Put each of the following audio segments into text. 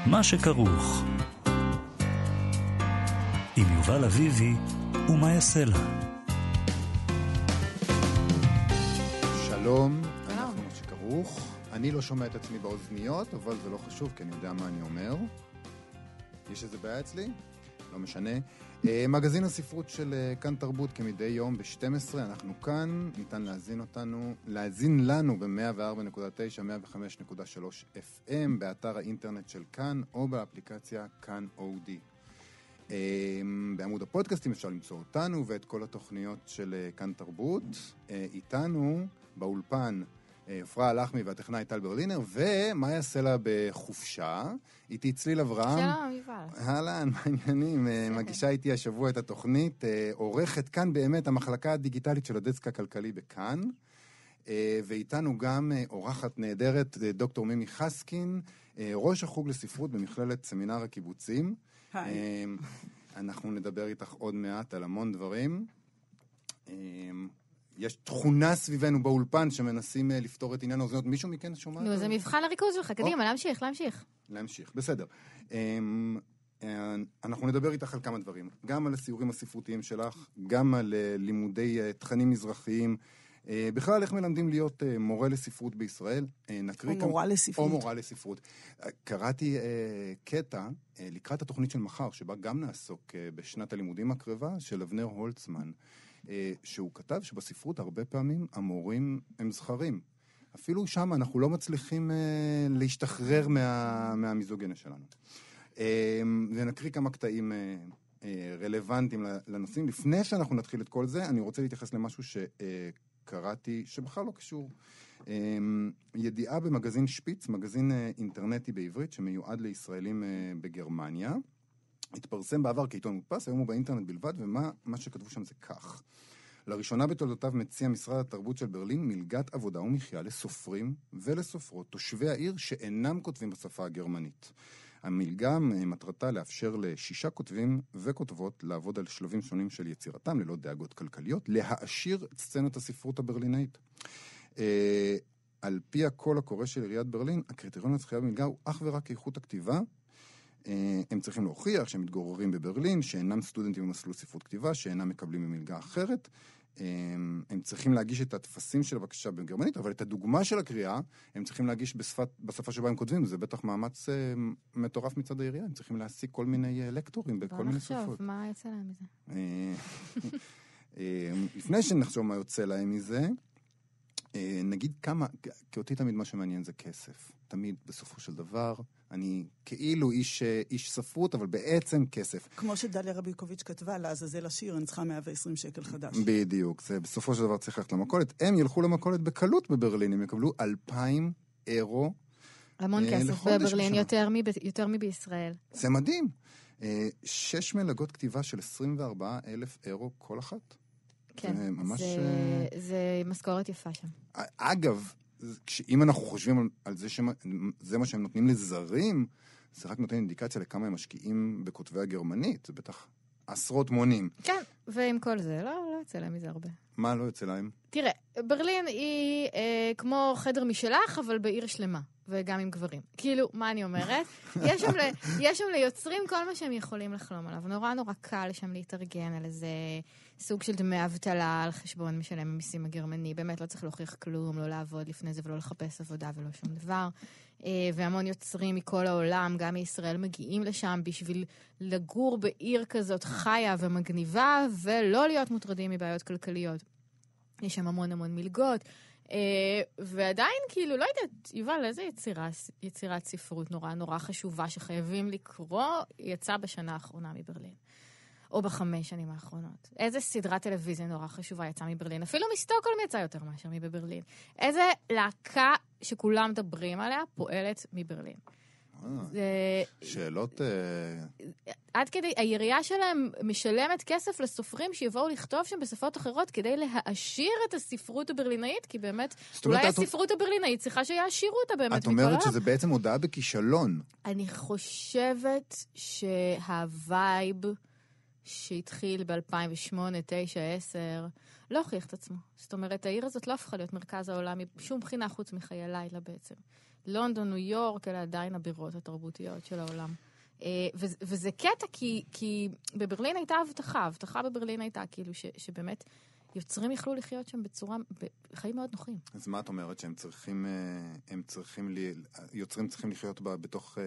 מה שכרוך. עם יובל אביבי ומה יעשה לה. שלום, אנחנו מה שכרוך. אני לא שומע את עצמי באוזניות, אבל זה לא חשוב, כי אני יודע מה אני אומר. יש איזה בעיה אצלי? לא משנה. מגזין הספרות של כאן תרבות כמדי יום ב-12, אנחנו כאן, ניתן להזין לנו ב-104.9, 105.3 FM, באתר האינטרנט של כאן, או באפליקציה כאן אודי. בעמוד הפודקאסטים אפשר למצוא אותנו ואת כל התוכניות של כאן תרבות. איתנו באולפן אפרה הלחמי והטכנאי טל ברלינר, ומה יעשה לה בחופשה? איתי צליל אברהם. שלום, יובל. אהלן, מה העניינים? מגישה איתי השבוע את התוכנית, עורכת כאן באמת המחלקה הדיגיטלית של הדסק הכלכלי בכאן, ואיתנו גם עורכת נהדרת, דוקטור מימי חסקין, ראש החוג לספרות במכללת סמינר הקיבוצים. היי. אנחנו נדבר איתך עוד מעט על המון דברים. יש תכונה סביבנו באולפן שמנסים לפתור את עניין האוזניות. מישהו מכן שומע? נו, זה מבחן הריכוז שלך. קדימה, להמשיך, בסדר. אנחנו נדבר איתך על כמה דברים. גם על הסיורים הספרותיים שלך, גם על לימודי תכנים מזרחיים. בכלל, איך מלמדים להיות מורה לספרות בישראל? או מורה לספרות. או מורה לספרות. קראתי קטע לקראת התוכנית של מחר, שבה גם נעסוק בשנת הלימודים הקרבה, של אבנר הולצמן, שהוא כתב שבספרות הרבה פעמים המורים הם זכרים. אפילו שם אנחנו לא מצליחים להשתחרר מהמיזוגניה שלנו. ונקריא כמה קטעים רלוונטיים לנושאים. לפני שאנחנו נתחיל את כל זה, אני רוצה להתייחס למשהו שקראתי, שבכלל לא קשור. ידיעה במגזין שפיץ, מגזין אינטרנטי בעברית, שמיועד לישראלים בגרמניה. התפרסם בעבר כעיתון מודפס, היום הוא באינטרנט בלבד, ומה שכתבו שם זה כך. לראשונה בתולדותיו מציע משרד התרבות של ברלין מלגת עבודה ומחיה לסופרים ולסופרות, תושבי העיר שאינם כותבים בשפה הגרמנית. המלגה מטרתה לאפשר ל6 כותבים וכותבות לעבוד על שלבים שונים של יצירתם, ללא דאגות כלכליות, להעשיר את סצנת הספרות הברלינאית. על פי הקול הקורא של עיריית ברלין, הקריטריון לזכייה במלגה הוא אך ורק איכות הכתיבה. הם צריכים להוכיח שהם מתגוררים בברלין, שאינם סטודנטים במסלול ספרות כתיבה, שאינם מקבלים ממלגה אחרת. הם צריכים להגיש את התפסים של הבקשה בגרמנית, אבל את הדוגמה של הקריאה, הם צריכים להגיש בשפה שבה הם כותבים. זה בטח מאמץ מטורף מצד העירייה. הם צריכים להשיג כל מיני לקטורים בכל מיני שפות. בוא נחשוב, מה יוצא להם מזה? לפני שנחשוב מה יוצא להם מזה, נגיד כמה, כי אותי תמיד מה שמעניין זה כסף. תמיד בסופו של דבר, אני כאילו איש ספרות, אבל בעצם כסף. כמו שדליה רביקוביץ' כתבה, לעזאזל השיר, אני צריכה 120 שקל חדש. בדיוק, זה בסופו של דבר צריך ללכת למכולת. הם ילכו למכולת בקלות בברלין, הם יקבלו 2,000 אירו. המון כסף בברלין, יותר מבישראל. זה מדהים. 6 מלגות כתיבה של 24,000 אירו כל אחת. כן, זה משכורת יפה שם. אגב, אם אנחנו חושבים על זה שזה מה שהם נותנים לזרים, זה רק נותן אינדיקציה לכמה הם משקיעים בכותבי הגרמנית, זה בטח עשרות מונים. כן, ועם כל זה, לא יוצא להם מזה הרבה. מה לא יוצא להם? תראה, ברלין היא כמו חדר משלח, אבל בעיר שלמה, וגם עם גברים. כאילו, מה אני אומרת? יש שם ליוצרים כל מה שהם יכולים לחלום עליו. נורא קל שם להתארגן על איזה סוג של דמי אבטלה על חשבון משלם המיסים הגרמני. באמת לא צריך להוכיח כלום, לא לעבוד לפני זה ולא לחפש עבודה ולא שום דבר. והמון יוצרים מכל העולם, גם מישראל, מגיעים לשם בשביל לגור בעיר כזאת חיה ומגניבה, ולא להיות מוטרדים מבעיות כלכליות. יש שם המון מלגות. ועדיין, כאילו, לא יודעת, יובל, איזה יצירת ספרות נורא חשובה שחייבים לקרוא, יצא בשנה האחרונה מברלין. או ב5 שנים האחרונות. איזה סדרת טלוויזיה נורא חשובה יצאה מברלין. אפילו מסטוקהולם יצא יותר מאשר מברלין. איזה להקה שכולם מדברים עליה פועלת מברלין. שאלות... עד כדי, העירייה שלהם משלמת כסף לסופרים שיבואו לכתוב שם בשפות אחרות כדי להעשיר את הספרות הברלינאית, כי באמת, אולי הספרות הברלינאית צריכה שיעשירו אותה באמת. את אומרת שזה בעצם הודעה בכישלון. אני חושבת שהווייב שהתחיל ב-2008, 2009, 2010, לא הוכיח את עצמו. זאת אומרת, העיר הזאת לא הפכה להיות מרכז העולם, שום בחינה חוץ מחיי לילה בעצם. לונדון, ניו יורק, אלה עדיין הבירות התרבותיות של העולם. וזה קטע, כי בברלין הייתה הבטחה בברלין הייתה כאילו שבאמת יוצרים יכלו לחיות שם בצורה, בחיים מאוד נוחים. אז מה את אומרת, שהם יוצרים צריכים לחיות בתוך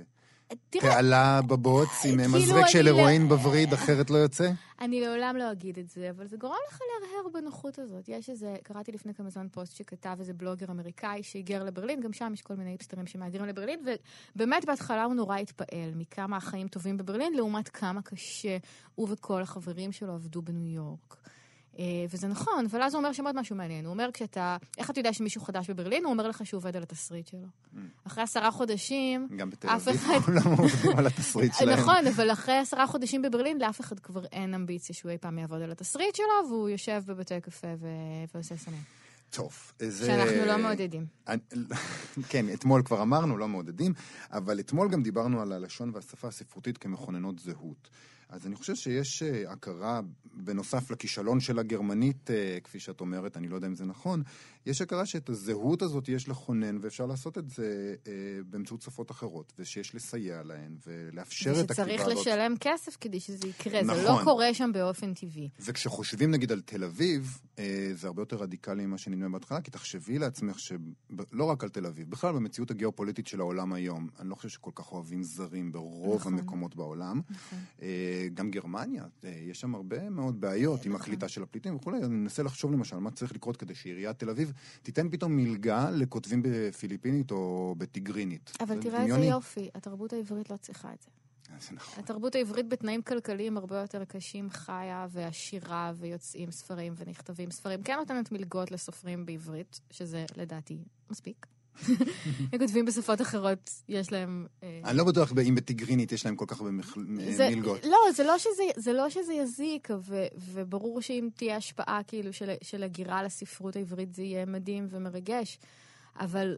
תעלה בבוץ, עם מזרק של הרואין בווריד, אחרת לא יוצא? אני לעולם לא אגיד את זה, אבל זה גורם לך להרהר בנוחות הזאת. יש איזה, קראתי לפני כמה זמן פוסט שכתב איזה בלוגר אמריקאי שהיגר לברלין, גם שם יש כל מיני היפסטרים שמהגרים לברלין, ובאמת בהתחלה הוא נורא התפעל מכמה החיים טובים בברלין, לעומת כמה קשה הוא וכל החברים שלו עבדו בניו יורק. וזה נכון, אבל אז הוא אומר שמאוד משהו מעניין. הוא אומר, איך אתה יודע שמישהו חדש בברלין? הוא אומר לך שהוא עובד על התסריט שלו. אחרי 10 חודשים... גם בתל אביב כולם עובדים על התסריט שלהם. נכון, אבל אחרי 10 חודשים בברלין, לאף אחד כבר אין אמביציה שהוא אי פעם יעבוד על התסריט שלו, והוא יושב בבתי קפה ועושה סמים. טוב. שאנחנו לא מעודדים. כן, אתמול כבר אמרנו, לא מעודדים, אבל אתמול גם דיברנו על הלשון והשפה הספרותית כמכוננות זהות. אז אני חושב שיש הכרה, בנוסף לכישלון של הגרמנית, כפי שאת אומרת, אני לא יודע אם זה נכון, יש הכרה שאת הזהות הזאת יש לכונן, ואפשר לעשות את זה באמצעות שפות אחרות, ושיש לסייע להן, ולאפשר את הכתיבה הזאת. ושצריך לשלם כסף כדי שזה יקרה, נכון. זה לא קורה שם באופן טבעי. וכשחושבים נגיד על תל אביב, זה הרבה יותר רדיקלי ממה שנדמה בהתחלה, כי תחשבי לעצמך שלא רק על תל אביב, בכלל במציאות הגיאופוליטית של העולם היום, אני לא חושב שכל כך אוהבים זרים ברוב נכון. המקומות בעולם. נכון. גם גרמניה, יש שם הרבה מאוד בעיות עם הקליטה של הפליטים וכו'. אני מנסה לחשוב למשל מה צריך לקרות כדי שעיריית תל אביב תיתן פתאום מלגה לכותבים בפיליפינית או בטיגרינית. אבל תראה איזה יופי, התרבות העברית לא צריכה את זה. זה נכון. התרבות העברית בתנאים כלכליים הרבה יותר קשים חיה ועשירה ויוצאים ספרים ונכתבים ספרים. כן נותנת מלגות לסופרים בעברית, שזה לדעתי מספיק. הם כותבים בשפות אחרות, יש להם... אני לא בטוח אם בטיגרינית יש להם כל כך מלגות. לא, זה לא שזה יזיק, וברור שאם תהיה השפעה כאילו של הגירה לספרות העברית, זה יהיה מדהים ומרגש. אבל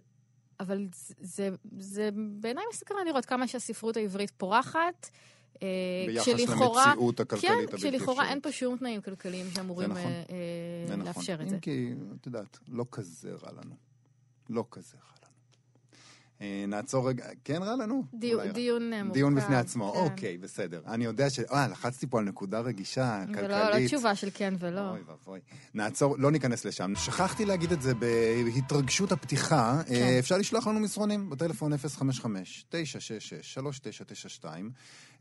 זה בעיניי מסקרן לראות כמה שהספרות העברית פורחת, ביחס למציאות הכלכלית הבלתי אפשרית. כשלכאורה אין פה שום תנאים כלכליים שאמורים לאפשר את זה. אם כי, את יודעת, לא כזה רע לנו. לא כזה רע לנו. נעצור רגע, כן רע לנו? דיון מורכב. דיון בפני עצמו, אוקיי, בסדר. אני יודע לחצתי פה על נקודה רגישה, כלכלית. ולא תשובה של כן ולא. אוי ואבוי. נעצור, לא ניכנס לשם. שכחתי להגיד את זה בהתרגשות הפתיחה. אפשר לשלוח לנו מסרונים בטלפון 055-966-3992, 055-966-3992.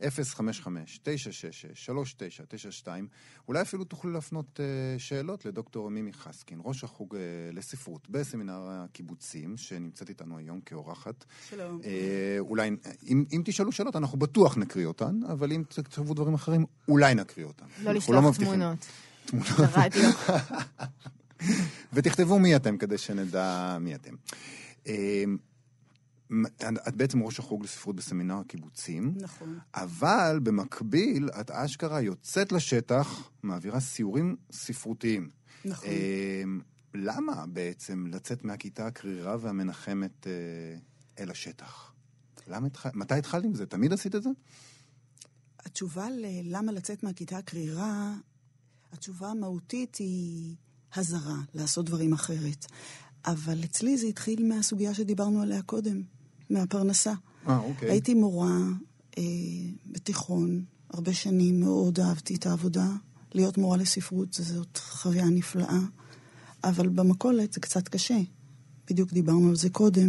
אולי אפילו תוכלו להפנות שאלות לדוקטור מימי חסקין, ראש החוג לספרות בסמינר הקיבוצים, שנמצאת איתנו היום כאורחת. שלום. אולי, אם תשאלו שאלות, אנחנו בטוח נקריא אותן, אבל אם תכתבו דברים אחרים, אולי נקריא אותן. לא לשלוח תמונות. ברדיו. ותכתבו מי אתם, כדי שנדע מי אתם. את בעצם ראש החוג לספרות בסמינר הקיבוצים. נכון. אבל במקביל, את אשכרה יוצאת לשטח, מעבירה סיורים ספרותיים. נכון. למה בעצם לצאת מהכיתה הקרירה והמנחמת אל השטח? מתי התחלת עם זה? תמיד עשית את זה? התשובה ללמה לצאת מהכיתה הקרירה, התשובה המהותית היא הזרה, לעשות דברים אחרת. אבל אצלי זה התחיל מהסוגיה שדיברנו עליה קודם, מהפרנסה. אוקיי. הייתי מורה בתיכון, הרבה שנים מאוד אהבתי את העבודה. להיות מורה לספרות זאת חוויה נפלאה. אבל במכולת זה קצת קשה. בדיוק דיברנו על זה קודם.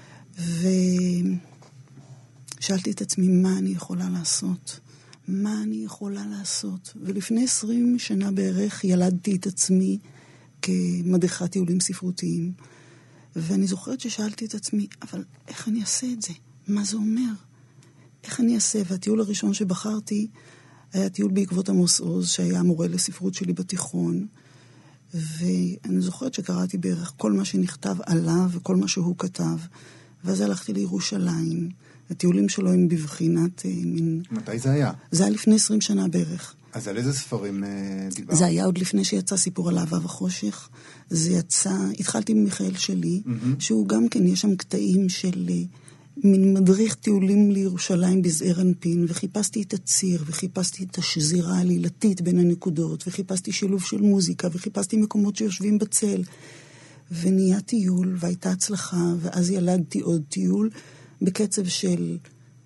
ושאלתי את עצמי מה אני יכולה לעשות. מה אני יכולה לעשות. ולפני 20 שנה בערך ילדתי את עצמי כמדריכת טיולים ספרותיים. ואני זוכרת ששאלתי את עצמי, אבל איך אני אעשה את זה? מה זה אומר? איך אני אעשה? והטיול הראשון שבחרתי היה טיול בעקבות עמוס עוז, שהיה מורה לספרות שלי בתיכון. ואני זוכרת שקראתי בערך כל מה שנכתב עליו וכל מה שהוא כתב. ואז הלכתי לירושלים. הטיולים שלו הם בבחינת מין... מתי זה היה? זה היה לפני 20 שנה בערך. אז על איזה ספרים דיבר? זה היה עוד לפני שיצא סיפור על אהבה וחושך. זה יצא, התחלתי ממיכאל שלי, שהוא גם כן, יש שם קטעים של מין מדריך טיולים לירושלים בזעיר אנפין, וחיפשתי את הציר, וחיפשתי את השזירה העלילתית בין הנקודות, וחיפשתי שילוב של מוזיקה, וחיפשתי מקומות שיושבים בצל. ונהיה טיול, והייתה הצלחה, ואז ילדתי עוד טיול, בקצב של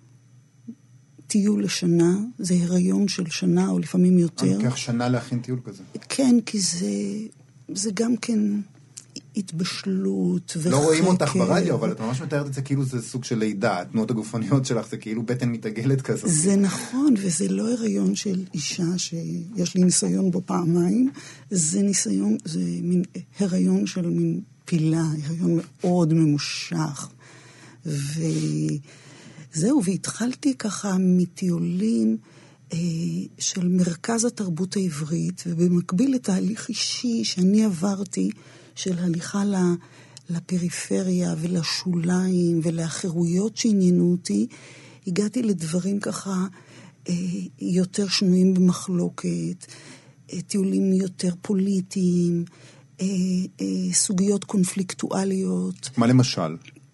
טיול לשנה, זה הריון של שנה, או לפעמים יותר. לוקח שנה להכין טיול כזה. כן, כי זה גם כן התבשלות וחקר. לא רואים אותך ברדיו, אבל את ממש מתארת את זה כאילו זה סוג של לידה. התנועות הגופניות שלך זה כאילו בטן מתעגלת כזאת. זה נכון, וזה לא הריון של אישה שיש לי ניסיון בו פעמיים. זה ניסיון, זה מין הריון של מין פילה, הריון מאוד ממושך. וזהו, והתחלתי ככה מטיולים של מרכז התרבות העברית, ובמקביל לתהליך אישי שאני עברתי, של הליכה לפריפריה ולשוליים ולאחרויות שעניינו אותי, הגעתי לדברים ככה יותר שנויים במחלוקת, טיולים יותר פוליטיים, סוגיות קונפליקטואליות. מה למשל?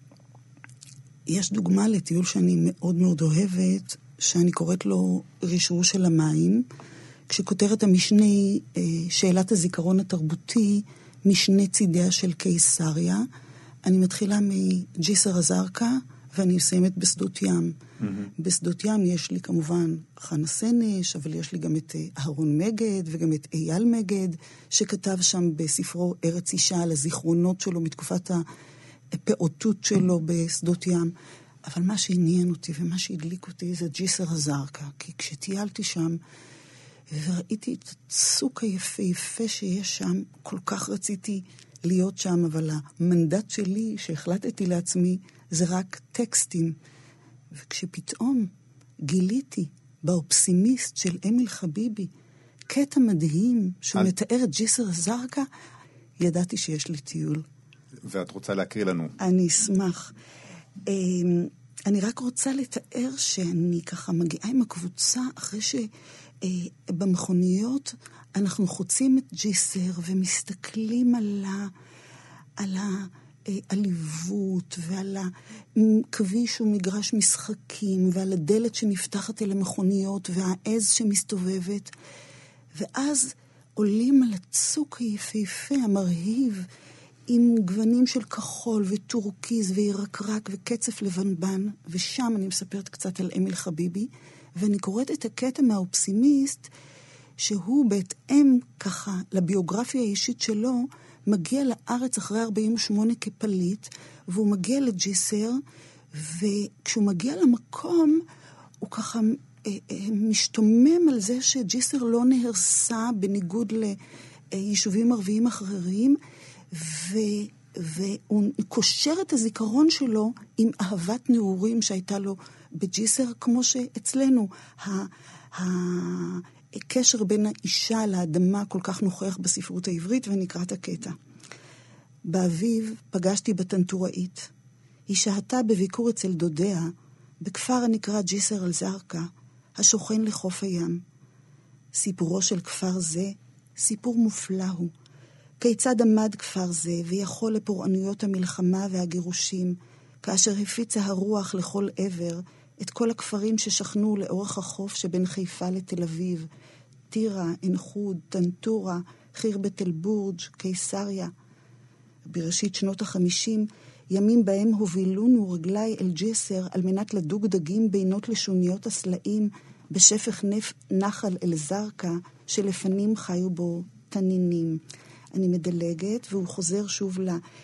יש דוגמה לטיול שאני מאוד מאוד אוהבת, שאני קוראת לו רשרוש של המים, כשכותרת המשנה שאלת הזיכרון התרבותי משני צידיה של קיסריה. אני מתחילה מג'יסר א-זרקא, ואני מסיימת בשדות ים. בשדות ים יש לי כמובן חנה סנש, אבל יש לי גם את אהרון מגד, וגם את אייל מגד, שכתב שם בספרו ארץ אישה על הזיכרונות שלו, מתקופת הפעוטות שלו בשדות ים. אבל מה שעניין אותי ומה שהדליק אותי זה ג'יסר א-זרקא, כי כשטיילתי שם, וראיתי את הצוק היפה שיש שם, כל כך רציתי להיות שם, אבל המנדט שלי שהחלטתי לעצמי זה רק טקסטים. וכשפתאום גיליתי באופסימיסט של אמיל חביבי קטע מדהים שהוא מתאר את ג'יסר א-זרקא, ידעתי שיש לי טיול. ואת רוצה להקריא לנו? אני אשמח. אני רק רוצה לתאר שאני ככה מגיעה עם הקבוצה אחרי במכוניות אנחנו חוצים את ג'יסר ומסתכלים על העליבות ועל הכביש ומגרש משחקים ועל הדלת שנפתחת אל המכוניות והעז שמסתובבת, ואז עולים על הצוק היפהפה המרהיב עם גוונים של כחול וטורקיז וירקרק וקצף לבנבן, ושם אני מספרת קצת על אמיל חביבי, ואני קוראת את הקטע מהאופסימיסט, שהוא בהתאם ככה לביוגרפיה האישית שלו, מגיע לארץ אחרי 48 כפליט, והוא מגיע לג'יסר, וכשהוא מגיע למקום, הוא ככה משתומם על זה שג'יסר לא נהרסה בניגוד ליישובים ערביים אחרים, והוא קושר את הזיכרון שלו עם אהבת נעורים שהייתה לו בג'יסר, כמו שאצלנו הקשר בין האישה לאדמה כל כך נוכח בספרות העברית, ונקרא את הקטע. באביב פגשתי בטנטוראית. היא שהתה בביקור אצל דודיה, בכפר הנקרא ג'יסר א-זרקא, השוכן לחוף הים. סיפורו של כפר זה, סיפור מופלא הוא. כיצד עמד כפר זה ויכול לפורענויות המלחמה והגירושים, כאשר הפיצה הרוח לכל עבר את כל הכפרים ששכנו לאורך החוף שבין חיפה לתל אביב, טירה, עין-חוד, טנטורה, חירבת אל-בורג', קיסריה. בראשית שנות ה-50, ימים בהם הובילונו רגלי אל ג'יסר על מנת לדוג דגים בינות לשוניות הסלעים בשפך נחל אל-זרקא, שלפנים חיו בו תנינים. אני מדלגת, והוא חוזר שוב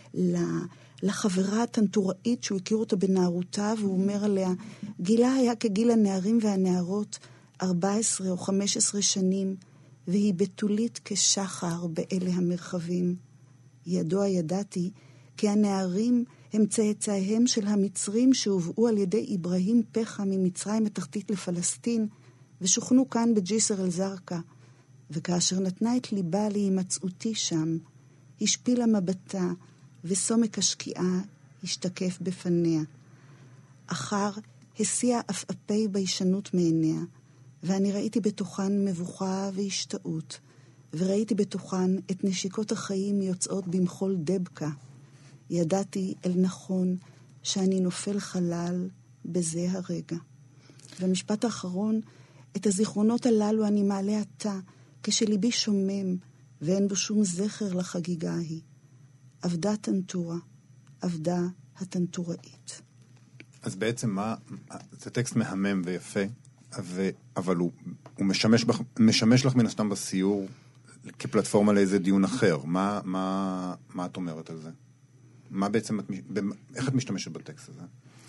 לחברה הטנטוראית שהוא הכיר אותה בנערותה, והוא אומר עליה, גילה היה כגיל הנערים והנערות 14 או 15 שנים, והיא בתולית כשחר באלה המרחבים. ידוע ידעתי, כי הנערים הם צאצאיהם של המצרים שהובאו על ידי אברהים פחה ממצרים התחתית לפלסטין, ושוכנו כאן בג'יסר א-זרקא. וכאשר נתנה את ליבה להימצאותי שם, השפילה מבטה, וסומק השקיעה השתקף בפניה. אחר הסיעה אפאפי בישנות מעיניה, ואני ראיתי בתוכן מבוכה והשתאות, וראיתי בתוכן את נשיקות החיים יוצאות במחול דבקה. ידעתי אל נכון, שאני נופל חלל בזה הרגע. והמשפט האחרון, את הזיכרונות הללו אני מעלה עתה, כשליבי שומם, ואין בו שום זכר לחגיגה ההיא. עבדה טנטורה, עבדה הטנטוראית. אז בעצם זה טקסט מהמם ויפה, אבל הוא משמש לך מן הסתם בסיור כפלטפורמה לאיזה דיון אחר. מה את אומרת על זה? מה בעצם, איך את משתמשת בטקסט הזה?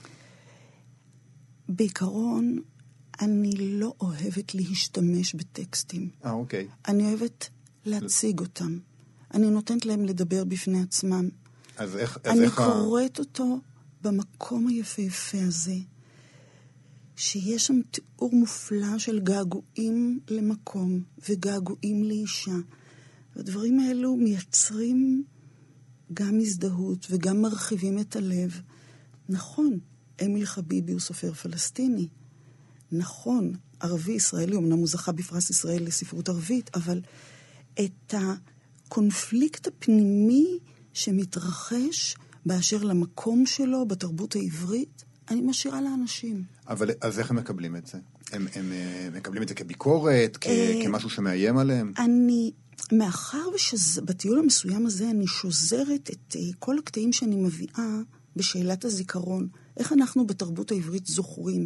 בעיקרון, אני לא אוהבת להשתמש בטקסטים. אוקיי. אני אוהבת להציג אותם. אני נותנת להם לדבר בפני עצמם. אז איך... אני קוראת אותו במקום היפהפה הזה, שיש שם תיאור מופלא של געגועים למקום וגעגועים לאישה. והדברים האלו מייצרים גם הזדהות וגם מרחיבים את הלב. נכון, אמיל חביבי הוא סופר פלסטיני. נכון, ערבי ישראלי, אמנם הוא זכה בפרס ישראל לספרות ערבית, אבל את הקונפליקט הפנימי שמתרחש באשר למקום שלו, בתרבות העברית, אני משאירה לאנשים. אבל אז איך הם מקבלים את זה? הם מקבלים את זה כביקורת, כמשהו שמאיים עליהם? מאחר שבטיול המסוים הזה אני שוזרת את כל הקטעים שאני מביאה בשאלת הזיכרון. איך אנחנו בתרבות העברית זוכרים?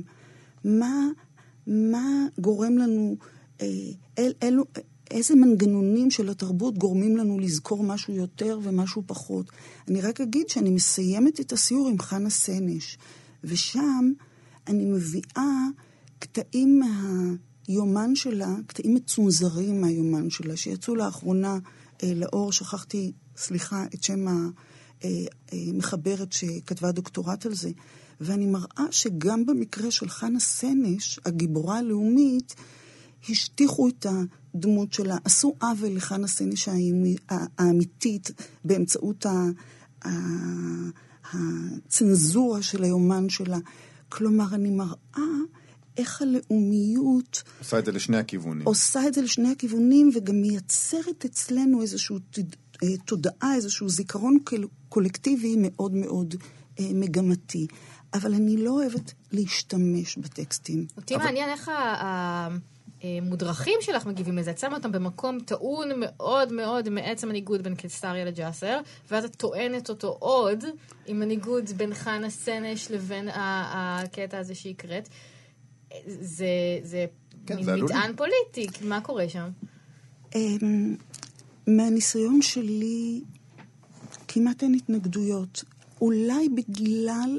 מה גורם לנו, איזה מנגנונים של התרבות גורמים לנו לזכור משהו יותר ומשהו פחות. אני רק אגיד שאני מסיימת את הסיור עם חנה סנש, ושם אני מביאה קטעים מהיומן שלה, קטעים מצונזרים מהיומן שלה, שיצאו לאחרונה לאור, שכחתי, סליחה, את שם המחברת שכתבה דוקטורט על זה, ואני מראה שגם במקרה של חנה סנש, הגיבורה הלאומית, השטיחו את הדמות שלה, עשו עוול לחנה סנש האמיתית באמצעות הצנזורה של היומן שלה. כלומר, אני מראה איך הלאומיות... עושה את זה לשני הכיוונים. עושה את זה לשני הכיוונים, וגם מייצרת אצלנו איזשהו תודעה, איזשהו זיכרון קולקטיבי מאוד מאוד מגמתי. אבל אני לא אוהבת להשתמש בטקסטים. אותי מעניין איך המודרכים שלך מגיבים לזה. את שמה אותם במקום טעון מאוד מאוד מעצם הניגוד בין קיסריה לג'אסר, ואז את טוענת אותו עוד עם הניגוד בין חנה סנש לבין הקטע הזה שהקראת. זה מטען פוליטי. מה קורה שם? מהניסיון שלי כמעט אין התנגדויות. אולי בגלל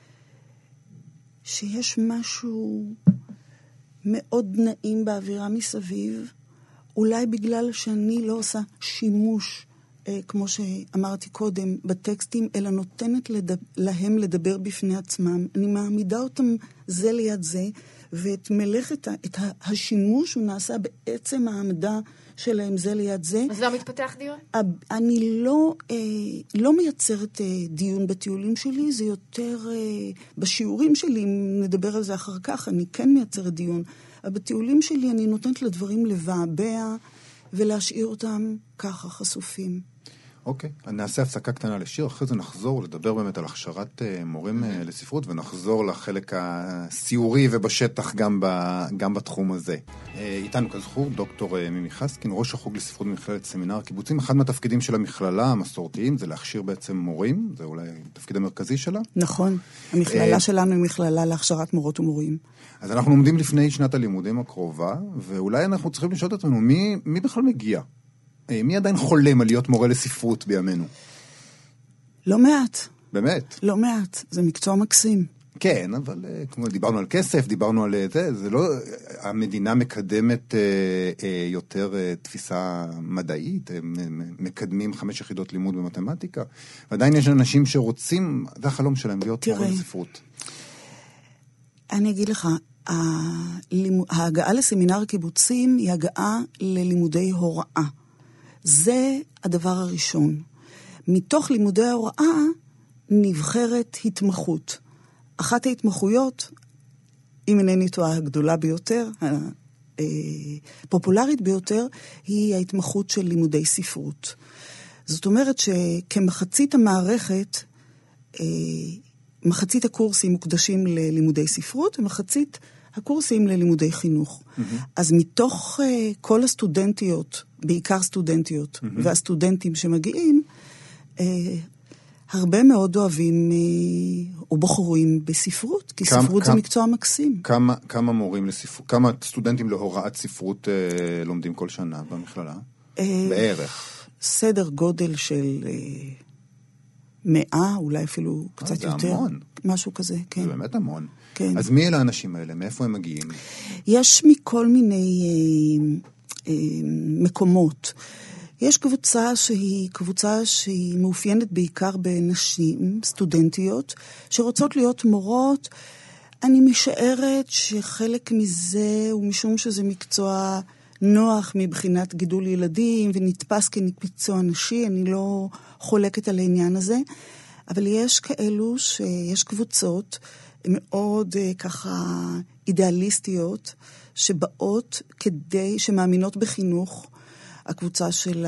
שיש משהו מאוד נעים באווירה מסביב, אולי בגלל שאני לא עושה שימוש, כמו שאמרתי קודם, בטקסטים, אלא נותנת להם לדבר בפני עצמם. אני מעמידה אותם זה ליד זה, ואת מלאכת, את השימוש הוא נעשה בעצם העמדה שלהם זה ליד זה. אז לא מתפתח דיון? אני לא מייצרת דיון בטיולים שלי, זה יותר בשיעורים שלי, אם נדבר על זה אחר כך, אני כן מייצרת דיון. אבל בטיולים שלי אני נותנת לדברים לבעבע ולהשאיר אותם ככה חשופים. אוקיי, נעשה הפסקה קטנה לשיר, אחרי זה נחזור לדבר באמת על הכשרת מורים לספרות, ונחזור לחלק הסיורי ובשטח גם בתחום הזה. איתנו כזכור דוקטור מימי חסקין, ראש החוג לספרות במכללת סמינר הקיבוצים. אחד מהתפקידים של המכללה המסורתיים זה להכשיר בעצם מורים, זה אולי התפקיד המרכזי שלה. נכון, המכללה שלנו היא מכללה להכשרת מורות ומורים. אז אנחנו עומדים לפני שנת הלימודים הקרובה, ואולי אנחנו צריכים לשאול את עצמנו, מי בכלל מגיע? מי עדיין חולם על להיות מורה לספרות בימינו? לא מעט. באמת? לא מעט. זה מקצוע מקסים. כן, אבל כמו דיברנו על כסף, דיברנו על זה לא... המדינה מקדמת יותר תפיסה מדעית, מקדמים 5 יחידות לימוד במתמטיקה, ועדיין יש אנשים שרוצים, זה החלום שלהם, להיות מורה לספרות. אני אגיד לך, ההגעה לסמינר קיבוצים היא הגעה ללימודי הוראה. זה הדבר הראשון. מתוך לימודי ההוראה נבחרת התמחות. אחת ההתמחויות, אם אינני טועה, הגדולה ביותר, הפופולרית ביותר, היא ההתמחות של לימודי ספרות. זאת אומרת שכמחצית המערכת מחצית הקורסים מוקדשים ללימודי ספרות, ומחצית הקורסים ללימודי חינוך. אז מתוך כל הסטודנטיות, בעיקר סטודנטיות, והסטודנטים שמגיעים, הרבה מאוד אוהבים או בוחרים בספרות, כי ספרות זה מקצוע מקסים. כמה מורים לספרות, כמה סטודנטים להוראת ספרות לומדים כל שנה במכללה? בערך. סדר גודל של 100, אולי אפילו קצת יותר. זה המון. משהו כזה, כן. זה באמת המון. כן. אז מי אלה האנשים האלה? מאיפה הם מגיעים? יש מכל מיני מקומות. יש קבוצה שהיא מאופיינת בעיקר בנשים, סטודנטיות, שרוצות להיות מורות. אני משערת שחלק מזה הוא משום שזה מקצוע נוח מבחינת גידול ילדים, ונתפס כמקצוע נשי, אני לא חולקת על העניין הזה. אבל יש כאלו שיש קבוצות מאוד ככה אידיאליסטיות, שבאות כדי, שמאמינות בחינוך, הקבוצה של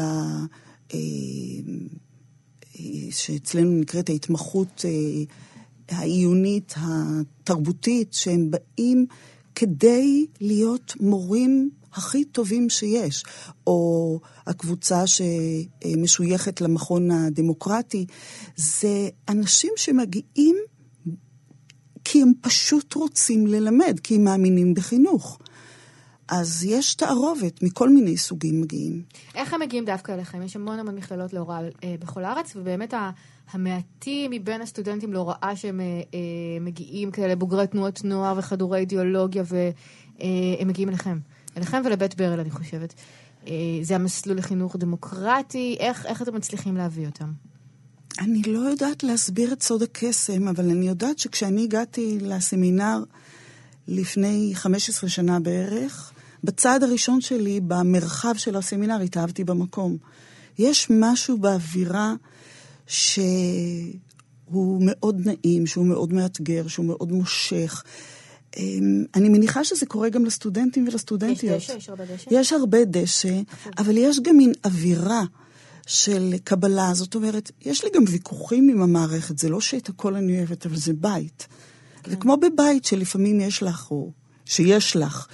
שאצלנו נקראת ההתמחות העיונית, התרבותית, שהם באים כדי להיות מורים הכי טובים שיש, או הקבוצה שמשויכת למכון הדמוקרטי, זה אנשים שמגיעים כי הם פשוט רוצים ללמד, כי הם מאמינים בחינוך. אז יש תערובת מכל מיני סוגים מגיעים. איך הם מגיעים דווקא אליכם? יש המון מכללות להוראה בכל הארץ, ובאמת המעטים מבין הסטודנטים להוראה שהם מגיעים כאלה בוגרי תנועות נוער וחדורי אידיאולוגיה, והם מגיעים אליכם. אליכם ולבית ברל, אני חושבת. זה המסלול לחינוך דמוקרטי. איך אתם מצליחים להביא אותם? אני לא יודעת להסביר את סוד הקסם, אבל אני יודעת שכשאני הגעתי לסמינר לפני 15 שנה בערך, בצעד הראשון שלי, במרחב של הסמינר, התאהבתי במקום. יש משהו באווירה שהוא מאוד נעים, שהוא מאוד מאתגר, שהוא מאוד מושך. אני מניחה שזה קורה גם לסטודנטים ולסטודנטיות. יש דשא? יש הרבה דשא? יש הרבה דשא, אבל יש גם מין אווירה של קבלה. זאת אומרת, יש לי גם ויכוחים עם המערכת. זה לא שאת הכל אני אוהבת, אבל זה בית. זה כמו בבית שלפעמים יש לך, או שיש לך,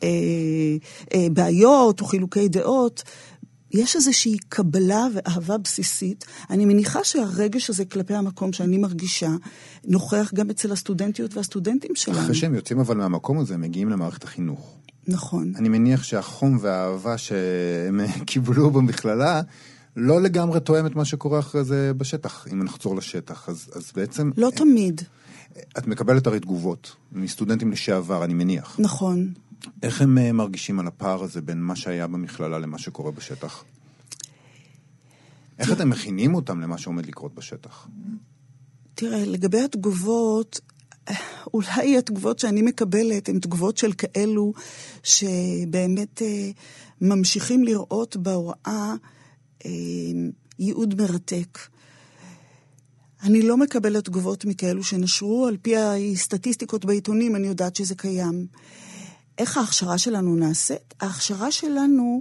בעיות או חילוקי דעות. יש איזושהי קבלה ואהבה בסיסית. אני מניחה שהרגש הזה כלפי המקום שאני מרגישה, נוכח גם אצל הסטודנטיות והסטודנטים שלנו. אחרי שהם יוצאים אבל מהמקום הזה, מגיעים למערכת החינוך. נכון. אני מניח שהחום והאהבה שהם קיבלו במכללה, לא לגמרי תואם את מה שקורה אחרי זה בשטח, אם נחזור לשטח. אז בעצם... לא תמיד. את מקבלת הרי תגובות מסטודנטים לשעבר, אני מניח. נכון. איך הם מרגישים על הפער הזה בין מה שהיה במכללה למה שקורה בשטח? איך אתם מכינים אותם למה שעומד לקרות בשטח? תראה, לגבי התגובות, אולי התגובות שאני מקבלת הן תגובות של כאלו שבאמת ממשיכים לראות בהוראה ייעוד מרתק. אני לא מקבלת תגובות מכאלו שנשרו, על פי הסטטיסטיקות בעיתונים אני יודעת שזה קיים. איך ההכשרה שלנו נעשית? ההכשרה שלנו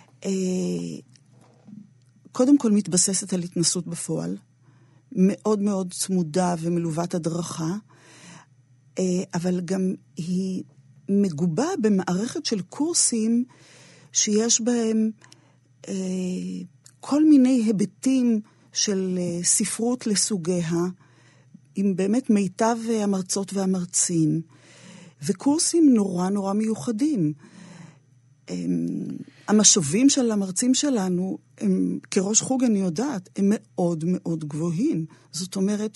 קודם כל מתבססת על התנסות בפועל, מאוד מאוד צמודה ומלוות הדרכה, אבל גם היא מגובה במערכת של קורסים שיש בהם כל מיני היבטים של ספרות לסוגיה, עם באמת מיטב המרצות והמרצים, וקורסים נורא נורא מיוחדים. המשובים של המרצים שלנו, הם, כראש חוג אני יודעת, הם מאוד מאוד גבוהים. זאת אומרת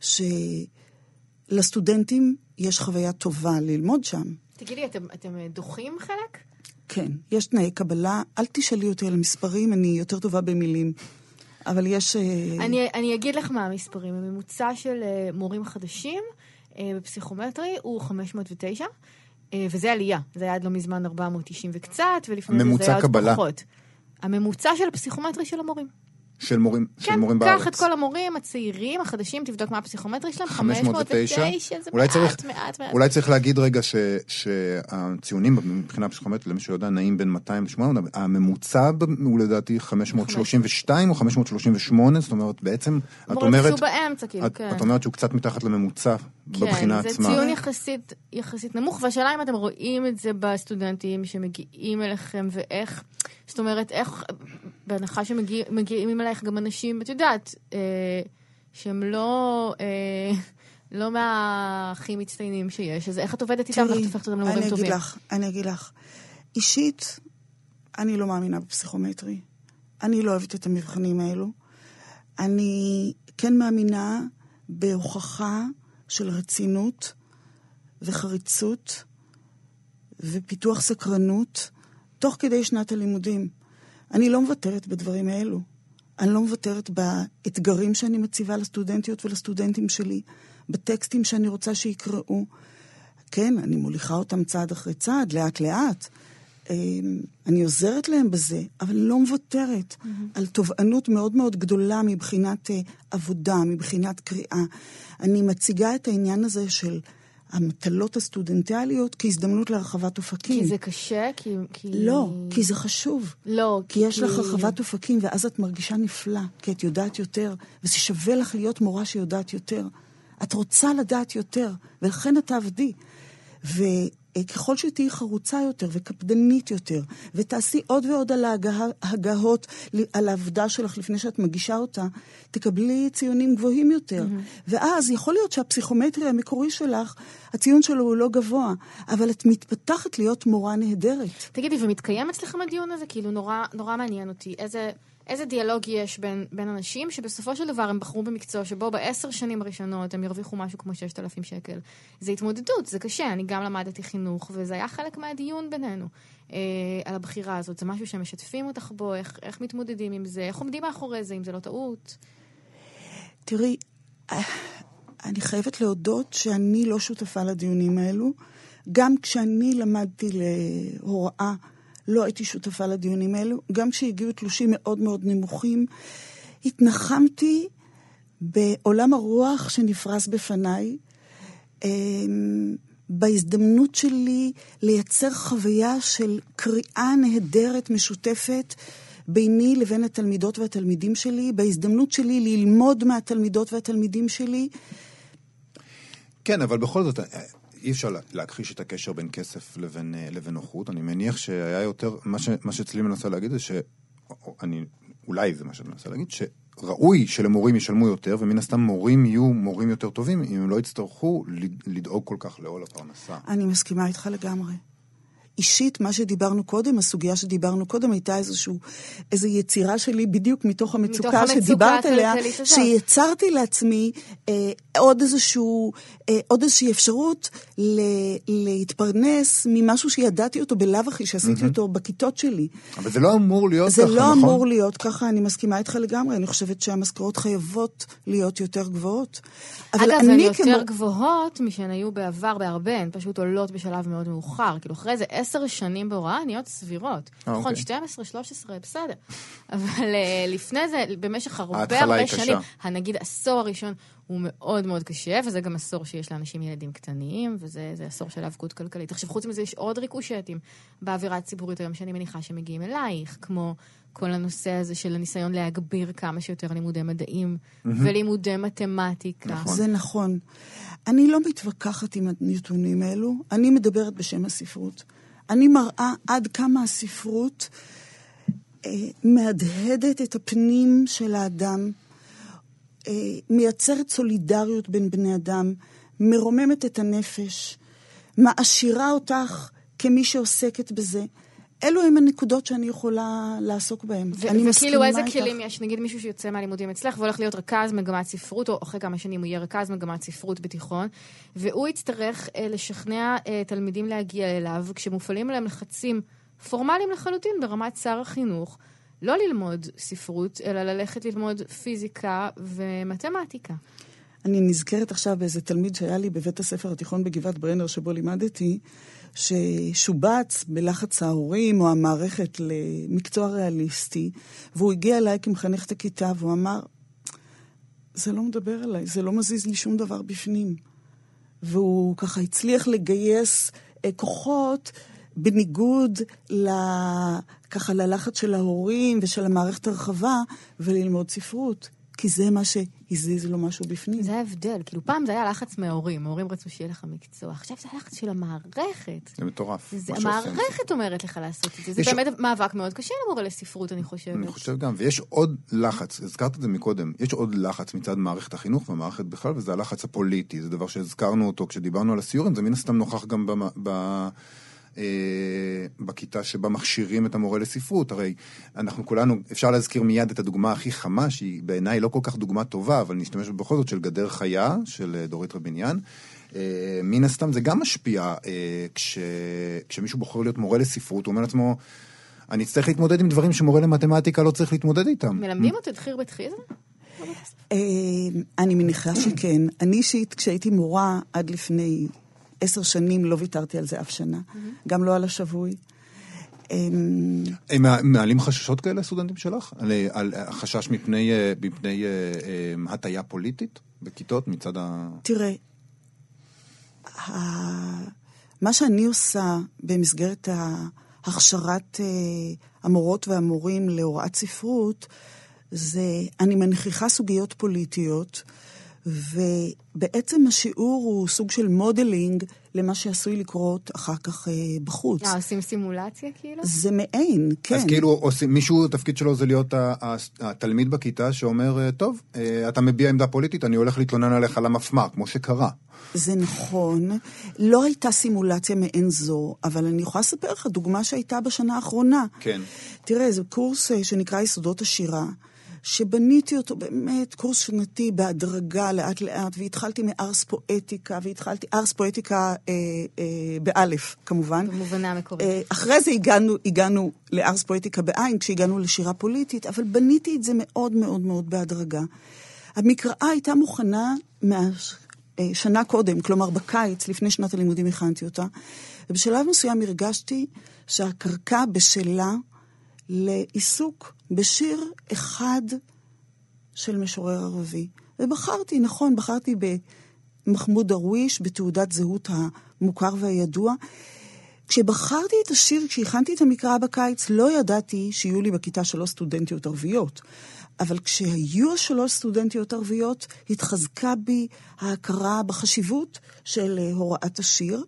שלסטודנטים יש חוויה טובה ללמוד שם. תגידי, אתם דוחים חלק? כן, יש תנאי קבלה. אל תשאלי אותי על המספרים, אני יותר טובה במילים. אבל יש... אני אגיד לך מה המספרים. הממוצע של מורים חדשים בפסיכומטרי הוא 509, וזה עלייה. זה היה עד לא מזמן 490 וקצת, ולפני זה היה עוד פחות. הממוצע של הפסיכומטרי של המורים. של מורים בארץ. כן, קח את כל המורים הצעירים, החדשים, תבדוק מה הפסיכומטרי שלהם, 509, זה מעט. אולי צריך להגיד רגע שהציונים מבחינה פסיכומטרית, למי שיודע, נעים בין 200 ל-800, הממוצע הוא לדעתי 532 או 538, זאת אומרת, בעצם, את אומרת, באמצע, כאילו, כן. את אומרת שהוא קצת מתחת לממוצע בבחינה עצמה. כן, זה ציון יחסית נמוך, והשאלה אם אתם רואים את זה בסטודנטים שמגיעים אליכם, ואיך, זאת אומרת, איך, בהנחה שמגיעים אליך גם אנשים, את יודעת, שהם לא מהכי מצטיינים שיש, אז איך את עובדת איתם, ואיך את הופכת אותם למורים טובים? אני אגיד לך, אישית, אני לא מאמינה בפסיכומטרי. אני לא אוהבת את המבחנים האלו. אני כן מאמינה בהוכחה של רצינות וחריצות ופיתוח סקרנות תוך כדי שנת הלימודים. אני לא מוותרת בדברים האלו. אני לא מוותרת באתגרים שאני מציבה לסטודנטיות ולסטודנטים שלי, בטקסטים שאני רוצה שיקראו. כן, אני מוליכה אותם צעד אחרי צעד, לאט לאט. אני עוזרת להם בזה, אבל לא מוותרת על תובענות מאוד מאוד גדולה מבחינת עבודה, מבחינת קריאה. אני מציגה את העניין הזה של המטלות הסטודנטיאליות כהזדמנות להרחבת אופקים. כי זה קשה? לא, כי זה חשוב. לא, כי יש לך הרחבת אופקים, ואז את מרגישה נפלא, כי את יודעת יותר, וזה שווה לך להיות מורה שיודעת יותר. את רוצה לדעת יותר, ולכן את תעבדי. וככל שתהי חרוצה יותר וקפדנית יותר, ותעשי עוד ועוד על ההגהות, על העבודה שלך לפני שאת מגישה אותה, תקבלי ציונים גבוהים יותר. ואז יכול להיות שהפסיכומטרי המקורי שלך, הציון שלו הוא לא גבוה, אבל את מתפתחת להיות מורה נהדרת. תגידי, ומתקיים אצלכם הדיון הזה? כאילו נורא מעניין אותי. איזה דיאלוג יש בין אנשים שבסופו של דבר הם בחרו במקצוע שבו ב10 שנים הראשונות הם ירוויחו משהו כמו 6,000 שקל. זה התמודדות, זה קשה. אני גם למדתי חינוך, וזה היה חלק מהדיון בינינו על הבחירה הזאת. זה משהו שמשתפים אותך בו, איך מתמודדים עם זה, איך עומדים מאחורי זה, אם זה לא טעות. תראי, אני חייבת להודות שאני לא שותפה לדיונים האלו. גם כשאני למדתי להוראה, לא הייתי שותפה לדיונים האלו. גם כשהגיעו תלושים מאוד מאוד נמוכים, התנחמתי בעולם הרוח שנפרס בפניי, בהזדמנות שלי לייצר חוויה של קריאה נהדרת משותפת ביני לבין התלמידות והתלמידים שלי, בהזדמנות שלי ללמוד מהתלמידות והתלמידים שלי. כן, אבל בכל זאת אי אפשר להכחיש את הקשר בין כסף לבין נוחות. אני מניח שהיה יותר, מה שאצלי מנסה להגיד זה אולי זה מה שאני מנסה להגיד, שראוי שלמורים ישלמו יותר, ומן הסתם מורים יהיו מורים יותר טובים, אם הם לא יצטרכו לדאוג כל כך לעול הפרנסה. אני מסכימה איתך לגמרי. אישית, מה שדיברנו קודם, הסוגיה שדיברנו קודם, הייתה איזו יצירה שלי בדיוק מתוך המצוקה שדיברת עליה, שיצרתי לעצמי עוד איזושהי אפשרות להתפרנס ממשהו שידעתי אותו בלאו הכי, שעשיתי אותו בכיתות שלי. אבל זה לא אמור להיות ככה, נכון? זה לא אמור להיות ככה, אני מסכימה איתך לגמרי, אני חושבת שהמשכורות חייבות להיות יותר גבוהות. אגב, הן יותר גבוהות משהן היו בעבר בהרבה, הן פשוט עולות בשלב מאוד מאוחר, כאילו אחרי זה 10 שנים בהוראה נהיות סבירות. נכון, 12, 13, בסדר. אבל לפני זה, במשך הרבה שנים, נגיד העשור הראשון הוא מאוד מאוד קשה, וזה גם עשור שיש לאנשים ילדים קטנים, וזה עשור של האבקות כלכלית. עכשיו, חוץ מזה יש עוד ריקושטים באווירה הציבורית היום, שאני מניחה שמגיעים אלייך, כמו כל הנושא הזה של הניסיון להגביר כמה שיותר לימודי מדעים, ולימודי מתמטיקה. זה נכון. אני לא מתווכחת עם הנתונים האלו, אני מדברת בשם הספרות. אני מראה עד כמה הספרות מהדהדת את הפנים של האדם, מייצרת סולידריות בין בני אדם, מרוממת את הנפש, מעשירה אותך כמי שעוסקת בזה. אלו הם הנקודות שאני יכולה לעסוק בהן. וכאילו איזה כלים יש? נגיד מישהו שיוצא מהלימודים אצלך והולך להיות רכז מגמת ספרות, או אחרי כמה שנים הוא יהיה רכז מגמת ספרות בתיכון, והוא יצטרך לשכנע תלמידים להגיע אליו, כשמופעלים עליהם לחצים פורמליים לחלוטין ברמת שר החינוך, לא ללמוד ספרות, אלא ללכת ללמוד פיזיקה ומתמטיקה. אני נזכרת עכשיו באיזה תלמיד שהיה לי בבית הספר התיכון בגבעת ברנר שבו לימדתי, ששובץ בלחץ ההורים או המערכת למקצוע ריאליסטי, והוא הגיע אליי כמחנך את הכיתה, והוא אמר, זה לא מדבר אליי, זה לא מזיז לי שום דבר בפנים. והוא ככה הצליח לגייס כוחות בניגוד ככה ללחץ של ההורים ושל המערכת הרחבה, וללמוד ספרות. כי זה מה שהזיז לו משהו בפנים. זה ההבדל. כאילו פעם זה היה לחץ מההורים. ההורים רצו שיהיה לך מקצוע. עכשיו זה הלחץ של המערכת. זה מטורף. המערכת אומרת לך לעשות את זה. זה באמת מאבק מאוד קשה למורה לספרות, אני חושבת. אני חושב גם. ויש עוד לחץ, הזכרת את זה מקודם, יש עוד לחץ מצד מערכת החינוך והמערכת בכלל, וזה הלחץ הפוליטי. זה דבר שהזכרנו אותו כשדיברנו על הסיורים, זה מן הסתם נוכח גם בכיתה שבה מכשירים את המורה לספרות. הרי אנחנו כולנו, אפשר להזכיר מיד את הדוגמה הכי חמה, שהיא בעיניי לא כל כך דוגמה טובה, אבל נשתמש בכל זאת של גדר חיה, של דורית רביניאן. מן הסתם זה גם משפיע, כשמישהו בוחר להיות מורה לספרות, הוא אומר לעצמו, אני צריך להתמודד עם דברים שמורה למתמטיקה לא צריך להתמודד איתם. מלמדים אותו את חיר בתחיזה? אני מניחה שכן. אני אישית, כשהייתי מורה עד לפני 10 שנים לא ויתרתי על זה אף שנה. גם לא על השבוי. הם מעלים חששות כאלה, סטודנטים שלך? על חשש מפני הטיה פוליטית בכיתות מצד תראה, מה שאני עושה במסגרת הכשרת המורות והמורים להוראת ספרות, זה אני מנכיחה סוגיות פוליטיות, ובעצם השיעור הוא סוג של מודלינג למה שעשוי לקרות אחר כך בחוץ. עושים סימולציה כאילו? זה מעין, כן. אז כאילו מישהו, התפקיד שלו זה להיות התלמיד בכיתה שאומר, טוב, אתה מביע עמדה פוליטית, אני הולך להתלונן עליך למפמ"ר, כמו שקרה. זה נכון. לא הייתה סימולציה מעין זו, אבל אני יכולה לספר לך דוגמה שהייתה בשנה האחרונה. כן. תראה, זה קורס שנקרא יסודות השירה, שבניתי אותו באמת קורס שנתי בהדרגה לאט לאט, והתחלתי מארס פואטיקה, ארס פואטיקה באלף, כמובן. במובנה המקורית. אחרי זה הגענו לארס פואטיקה בעין, כשהגענו לשירה פוליטית, אבל בניתי את זה מאוד מאוד מאוד בהדרגה. המקראה הייתה מוכנה שנה קודם, כלומר בקיץ, לפני שנת הלימודים הכנתי אותה, ובשלב מסוים הרגשתי שהקרקע בשלה לעיסוק בשיר אחד של משורר ערבי. ובחרתי, נכון, בחרתי במחמוד דרוויש, בתעודת זהות המוכר והידוע. כשבחרתי את השיר, כשהכנתי את המקרא בקיץ, לא ידעתי שיהיו לי בכיתה 3 סטודנטיות ערביות. אבל כשהיו 3 סטודנטיות ערביות, התחזקה בי ההכרה בחשיבות של הוראת השיר,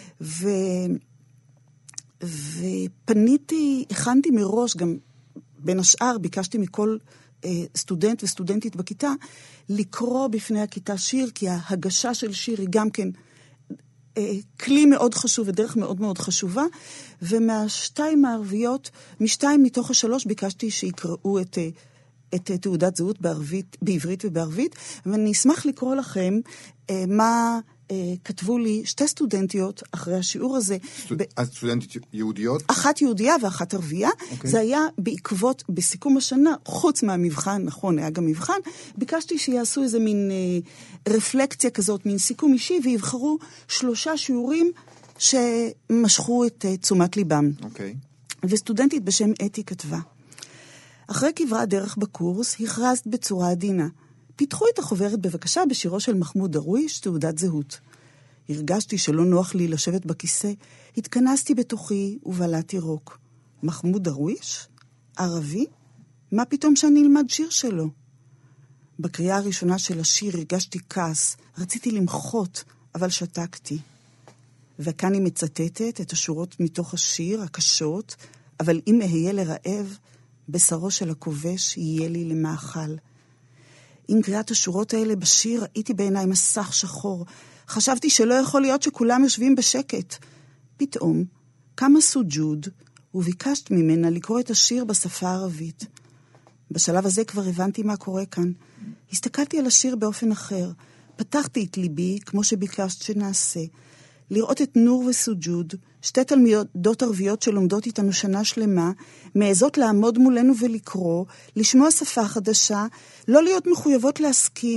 ופניתי, הכנתי מראש, גם בין השאר, ביקשתי מכל סטודנט וסטודנטית בכיתה, לקרוא בפני הכיתה שיר, כי ההגשה של שיר היא גם כן כלי מאוד חשוב ודרך מאוד מאוד חשובה, ומהשתיים הערביות, משתיים מתוך 3 ביקשתי שיקראו את תעודת זהות בעברית ובערבית, ואני אשמח לקרוא לכם מה כתבו לי 2 סטודנטיות אחרי השיעור הזה. סטודנטיות יהודיות? אחת יהודייה ואחת ערבייה. זה היה בעקבות, בסיכום השנה, חוץ מהמבחן, נכון, היה גם מבחן, ביקשתי שיעשו איזה מין רפלקציה כזאת, מין סיכום אישי, ויבחרו 3 שיעורים שמשכו את תשומת ליבם. וסטודנטית בשם אתי כתבה, אחרי כברת דרך בקורס, הכרזת בצורה עדינה. פיתחו את החוברת בבקשה בשירו של מחמוד דרוויש, תעודת זהות. הרגשתי שלא נוח לי לשבת בכיסא, התכנסתי בתוכי ובלעתי רוק. מחמוד דרוויש? ערבי? מה פתאום שאני אלמד שיר שלו? בקריאה הראשונה של השיר הרגשתי כעס, רציתי למחות, אבל שתקתי. וכאן היא מצטטת את השורות מתוך השיר, הקשות, אבל אם אהיה לרעב, בשרו של הכובש יהיה לי למאכל. עם קריאת השורות האלה בשיר ראיתי בעיניי מסך שחור. חשבתי שלא יכול להיות שכולם יושבים בשקט. פתאום קמה סוג'וד וביקשת ממנה לקרוא את השיר בשפה הערבית. בשלב הזה כבר הבנתי מה קורה כאן. הסתכלתי על השיר באופן אחר. פתחתי את ליבי כמו שביקשת שנעשה. לראות את נור וסוג'וד, 2 תלמידות ערביות שלומדות איתנו שנה שלמה, מעזות לעמוד מולנו ולקרוא, לשמוע שפה חדשה, לא להיות מחויבות להסכים,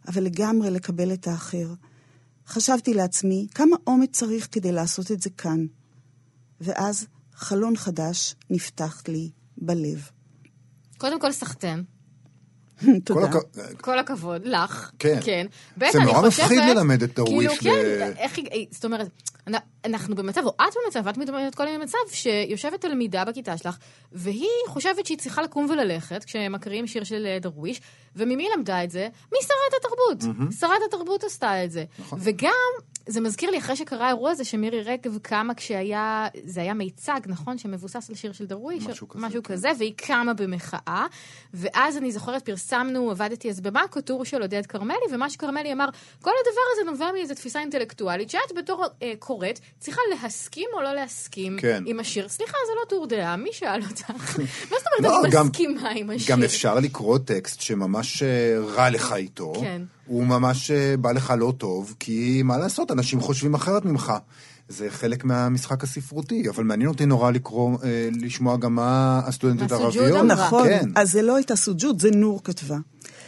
אבל לגמרי לקבל את האחר. חשבתי לעצמי, כמה אומץ צריך כדי לעשות את זה כאן. ואז חלון חדש נפתח לי בלב. קודם כל סחטן. תודה. כל הכבוד, לך. כן. כן. זה נורא מפחיד ללמד את דרוויש. כאילו, כן, זאת אומרת, אנחנו במצב, או את במצב, ואת מתמודדת כל מיני מצב, שיושבת תלמידה בכיתה שלך, והיא חושבת שהיא צריכה לקום וללכת, כשמקריאים שיר של דרוויש, וממי למדה את זה? משרת התרבות. שרת התרבות עשתה את זה. וגם, זה מזכיר לי, אחרי שקרה האירוע הזה, שמירי רגב קמה כשהיה, זה היה מיצג, נכון? שמבוסס על שיר של דרוויש, משהו כזה, והיא קמה במחאה, ואז אני זוכרת, פרסמנו, עבדתי אז במאקו, טור של עודד קרמלי, ומה שקרמלי אמר, כל הדבר הזה נובע מאיזו תפיסה אינטלקטואלית, שאת בתור קוראת, צריכה להסכים או לא להסכים עם השיר. סליחה, זה לא טור דעה, מי שאל אותך? מה זאת אומרת, אני מסכימה עם השיר? גם אפשר לקרוא טקסט שממש רע לך איתו, הוא ממש בא לך לא טוב, כי מה לעשות, אנשים חושבים אחרת ממך. זה חלק מהמשחק הספרותי, אבל מעניין אותי נורא לקרוא, לשמוע גם מה הסטודנטית הערביות. נכון, אז זה לא הייתה סוג'וד, זה נור כתבה.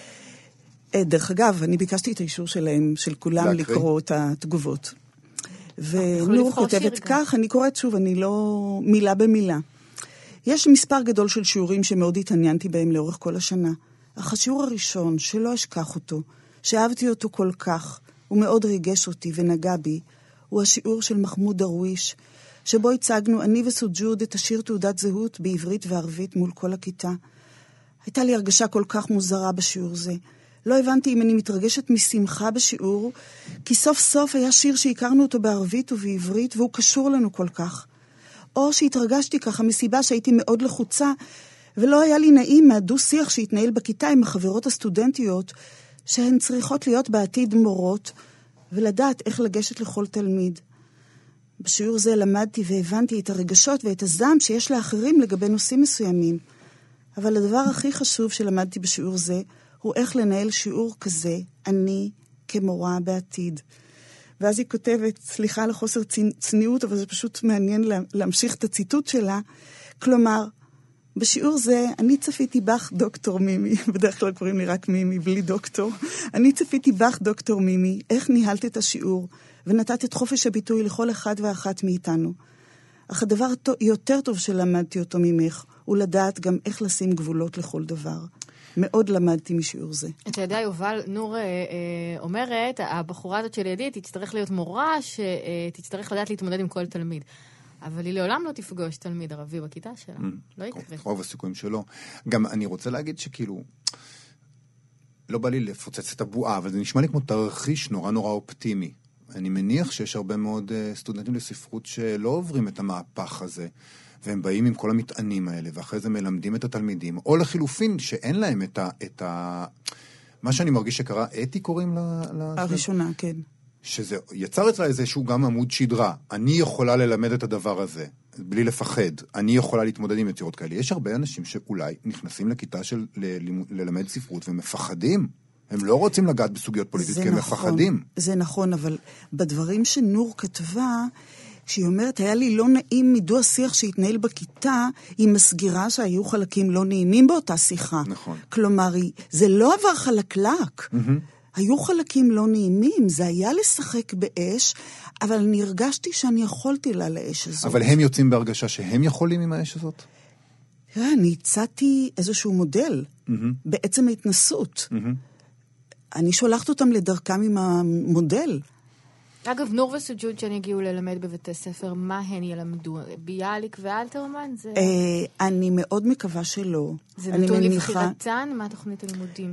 דרך אגב, אני ביקשתי את האישור שלהם, של כולם לקרוא את התגובות. ונור כותבת כך, אני קוראת שוב, אני לא מילה במילה. יש מספר גדול של שיעורים שמאוד התעניינתי בהם לאורך כל השנה. אך השיעור הראשון, שלא אשכח אותו, שאהבתי אותו כל כך, הוא מאוד ריגש אותי ונגע בי, הוא השיעור של מחמוד דרוויש, שבו הצגנו אני וסוג'וד את השיר תעודת זהות בעברית וערבית מול כל הכיתה. הייתה לי הרגשה כל כך מוזרה בשיעור זה. לא הבנתי אם אני מתרגשת משמחה בשיעור, כי סוף סוף היה שיר שהכרנו אותו בערבית ובעברית, והוא קשור לנו כל כך. או שהתרגשתי ככה מסיבה שהייתי מאוד לחוצה, ולא היה לי נעים מהדו-שיח שהתנהל בכיתה עם החברות הסטודנטיות, שהן צריכות להיות בעתיד מורות, ולדעת איך לגשת לכל תלמיד. בשיעור זה למדתי והבנתי את הרגשות ואת הזעם שיש לאחרים לגבי נושאים מסוימים. אבל הדבר הכי חשוב שלמדתי בשיעור זה, הוא איך לנהל שיעור כזה, אני כמורה בעתיד. ואז היא כותבת, סליחה על חוסר צניעות, אבל זה פשוט מעניין להמשיך את הציטוט שלה. כלומר, בשיעור זה אני צפיתי בך דוקטור מימי, בדרך כלל קוראים לי רק מימי, בלי דוקטור. אני צפיתי בך דוקטור מימי, איך ניהלת את השיעור, ונתת את חופש הביטוי לכל אחד ואחת מאיתנו. אך הדבר יותר טוב שלמדתי אותו ממך, הוא לדעת גם איך לשים גבולות לכל דבר. מאוד למדתי משיעור זה. אתה יודע, יובל, נור אומרת, הבחורה הזאת שלידי תצטרך להיות מורה, שתצטרך לדעת להתמודד עם כל תלמיד. אבל היא לעולם לא תפגוש תלמיד ערבי בכיתה שלה. לא יקרה. רוב הסיכויים שלו. גם אני רוצה להגיד שכאילו, לא בא לי לפוצץ את הבועה, אבל זה נשמע לי כמו תרחיש נורא נורא אופטימי. אני מניח שיש הרבה מאוד סטודנטים לספרות שלא עוברים את המהפך הזה, והם באים עם כל המטענים האלה, ואחרי זה מלמדים את התלמידים, או לחילופין שאין להם את מה שאני מרגיש שקרה, אתי קוראים הראשונה, כן. שזה יצר אצלה איזשהו גם עמוד שדרה. אני יכולה ללמד את הדבר הזה, בלי לפחד. אני יכולה להתמודד עם יצירות כאלה. יש הרבה אנשים שאולי נכנסים לכיתה של ללמד ספרות ומפחדים. הם לא רוצים לגעת בסוגיות פוליטית, כי הם מפחדים. זה נכון, אבל בדברים שנור כתבה, שהיא אומרת, היה לי לא נעים מדו השיח שהתנהל בכיתה, היא מסגירה שהיו חלקים לא נעימים באותה שיחה. נכון. כלומר, זה לא עבר חלקלק. היו חלקים לא נעימים, זה היה לשחק באש, אבל אני הרגשתי שאני יכולתי לה לאש הזאת. אבל הם יוצאים בהרגשה שהם יכולים עם האש הזאת? אני הצעתי איזשהו מודל, בעצם ההתנסות. אני שולחת אותם לדרכם עם המודל. אגב, נור וסוג'וד שאני הגיעו ללמד בבתי ספר, מה הן ילמדו? ביאליק ואלתרמן? אני מאוד מקווה שלא. זה נתון לבחירתן? מה תוכנית הלימודים?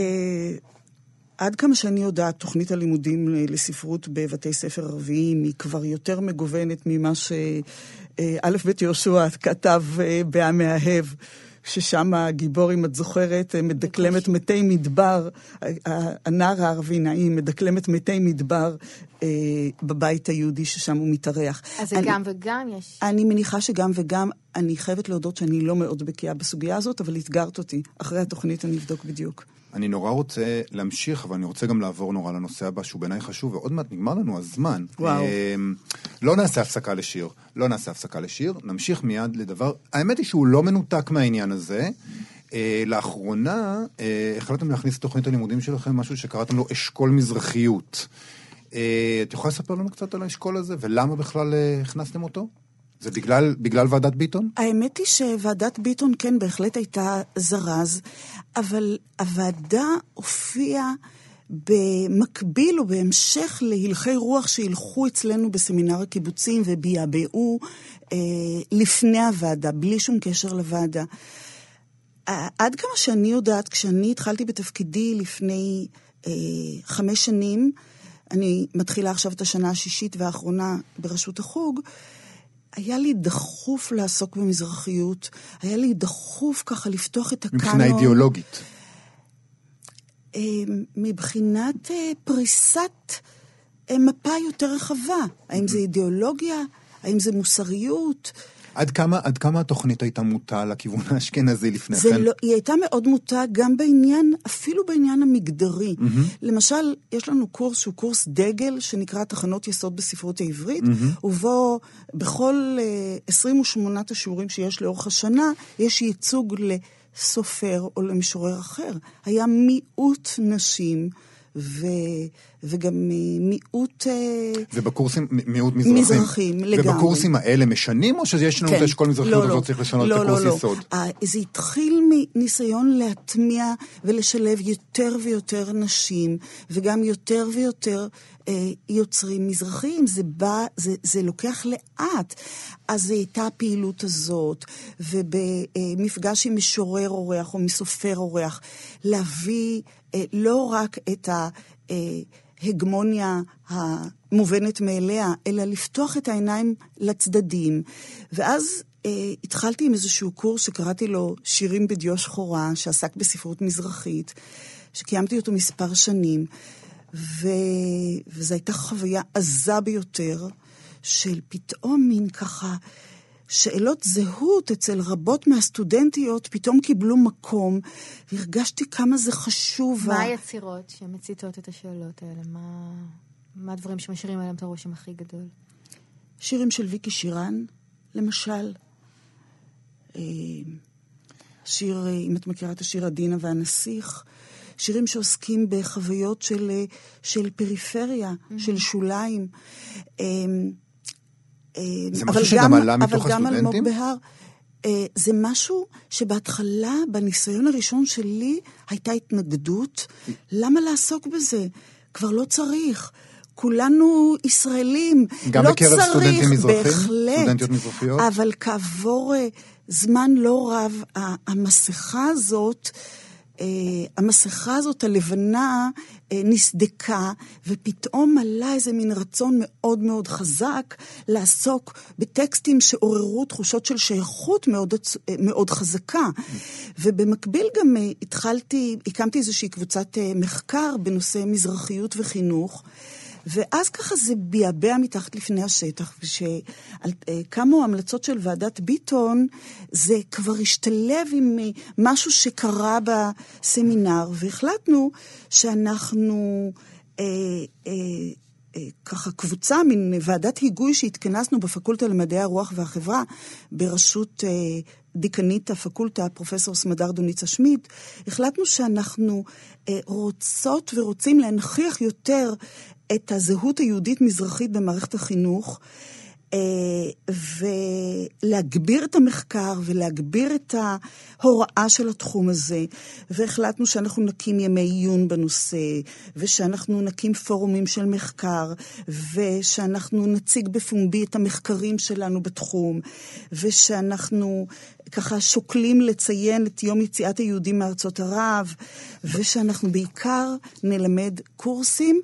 עד כמה שאני יודעת, תוכנית הלימודים לספרות בבתי ספר ערביים היא כבר יותר מגוונת ממה שא' ב' יהושע כתב בהמאהב, ששם הגיבור, אם את זוכרת, מדקלמת מתי מדבר, הנער הערבי נעים, מדקלמת מתי מדבר בבית היהודי ששם הוא מתארח. אז זה גם וגם יש? אני מניחה שגם וגם, אני חייבת להודות שאני לא מאוד בקיאה בסוגיה הזאת, אבל התגרת אותי. אחרי התוכנית אני אבדוק בדיוק. אני נורא רוצה להמשיך, אבל אני רוצה גם לעבור נורא לנושא הבא, שהוא בעיניי חשוב, ועוד מעט נגמר לנו הזמן. וואו. לא נעשה הפסקה לשיר, נמשיך מיד לדבר, האמת היא שהוא לא מנותק מהעניין הזה, לאחרונה החלטתם להכניס לתוכנית הלימודים שלכם משהו שקראתם לו אשכול מזרחיות. את יכולה לספר לנו קצת על האשכול הזה, ולמה בכלל הכנסתם אותו? זה בגלל ועדת ביטון? האמת היא שוועדת ביטון כן בהחלט הייתה זרז, אבל הוועדה הופיעה במקביל ובהמשך להלכי רוח שהלכו אצלנו בסמינר הקיבוצים וביעבעו לפני הוועדה, בלי שום קשר לוועדה. עד כמה שאני יודעת, כשאני התחלתי בתפקידי לפני 5 שנים, אני מתחילה עכשיו את השנה השישית והאחרונה ברשות החוג, היה לי דחוף לעסוק במזרחיות, היה לי דחוף ככה לפתוח את הקאנון. מבחינה אידיאולוגית. מבחינת פריסת מפה יותר רחבה. האם זה אידיאולוגיה? האם זה מוסריות? עד כמה התוכנית הייתה מוטה לכיוון האשכנזי לפני כן? היא הייתה מאוד מוטה גם בעניין, אפילו בעניין המגדרי. למשל, יש לנו קורס שהוא קורס דגל, שנקרא תחנות יסוד בספרות העברית, ובו בכל 28 השיעורים שיש לאורך השנה, יש ייצוג לסופר או למשורר אחר. היה מיעוט נשים, וגם מיעוט... ובקורסים, מיעוט מזרחים לגמרי. ובקורסים האלה משנים, או שיש לנו את האשכול מזרחיות הזאת, צריך לשנות את הקורס יסוד? זה התחיל מניסיון להטמיע ולשלב יותר ויותר נשים, וגם יותר ויותר יוצרים מזרחיים. זה לוקח לאט. אז זה הייתה הפעילות הזאת, ובמפגש עם משורר אורח או מסופר אורח, להביא לא רק את ההגמוניה המובנת מאליה, אלא לפתוח את העיניים לצדדים. ואז התחלתי עם איזשהו קורס שקראתי לו שירים בדיו שחורה, שעסק בספרות מזרחית, שקיימתי אותו מספר שנים, וזו הייתה חוויה עזה ביותר, של פתאום מין ככה, שאלות זהות אצל רבות מהסטודנטיות פתאום קיבלו מקום, והרגשתי כמה זה חשוב. מה היצירות שמציתות את השאלות האלה? מה הדברים שמשאירים עליהם את הרושם הכי גדול? שירים של ויקי שירן, למשל. שיר, אם את מכירה את השיר עדינה והנסיך, שירים שעוסקים בחוויות של פריפריה, של שוליים. זה משהו שגם עלה מתוך הסטודנטים? אבל גם אלמוג בהר. זה משהו שבהתחלה, בניסיון הראשון שלי, הייתה התנגדות. למה לעסוק בזה? כבר לא צריך. כולנו ישראלים. גם לא בקרב צריך, סטודנטים מזרחים? בהחלט. סטודנטיות מזרחיות? אבל כעבור זמן לא רב, המסכה הזאת הלבנה נסדקה, ופתאום עלה איזה מין רצון מאוד מאוד חזק לעסוק בטקסטים שעוררו תחושות של שייכות מאוד, מאוד חזקה. ובמקביל גם הקמתי איזושהי קבוצת מחקר בנושא מזרחיות וחינוך, ואז ככה זה ביעבע מתחת לפני השטח, וכשקמו המלצות של ועדת ביטון, זה כבר השתלב עם משהו שקרה בסמינר, והחלטנו שאנחנו ככה קבוצה מן ועדת היגוי שהתכנסנו בפקולטה למדעי הרוח והחברה, בראשות דיקנית הפקולטה, פרופסור סמדר דוניצה שמיד, החלטנו שאנחנו רוצות ורוצים להנכיח יותר את הזהות היהודית מזרחית במערכת החינוך, ולהגביר את המחקר ולהגביר את ההוראה של התחום הזה, והחלטנו שאנחנו נקים ימי עיון בנושא, ושאנחנו נקים פורומים של מחקר, ושאנחנו נציג בפומבי את המחקרים שלנו בתחום, ושאנחנו ככה שוקלים לציין את יום יציאת היהודים מארצות ערב, ושאנחנו בעיקר נלמד קורסים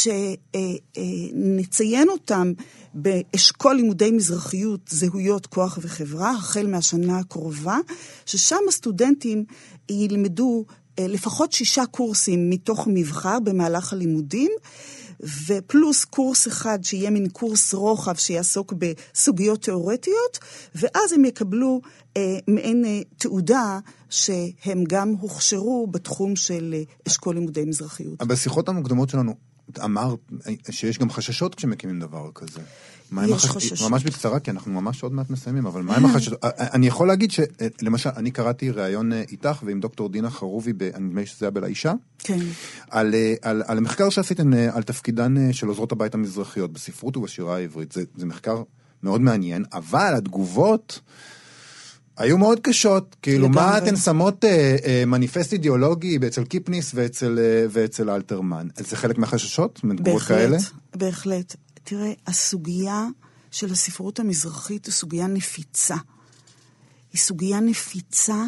שנציין אותם באשכול לימודי מזרחיות, זהויות, כוח וחברה, החל מהשנה הקרובה, ששם הסטודנטים ילמדו לפחות 6 קורסים מתוך מבחר במהלך הלימודים, ופלוס קורס אחד שיהיה מין קורס רוחב שיעסוק בסוגיות תיאורטיות, ואז הם יקבלו מעין תעודה שהם גם הוכשרו בתחום של אשכול לימודי מזרחיות. בשיחות המוקדמות שלנו, אמרת שיש גם חששות כשמקימים דבר כזה. יש חששות. ממש בקצרה, כי אנחנו ממש עוד מעט מסיימים, אבל מה עם החששות? אני יכול להגיד שלמשל, אני קראתי ראיון איתך ועם דוקטור דינה חרובי, אני מבין שזה היה בלאישה, כן. על המחקר שעשיתן על תפקידן של עוזרות הבית המזרחיות, בספרות ובשירה העברית. זה מחקר מאוד מעניין, אבל התגובות היו מאוד קשות, כאילו מה אתן שמות מניפסט אידיאולוגי אצל קיפניס ואצל אלתרמן? זה חלק מהחששות? בהחלט. תראה, הסוגיה של הספרות המזרחית היא סוגיה נפיצה. היא סוגיה נפיצה,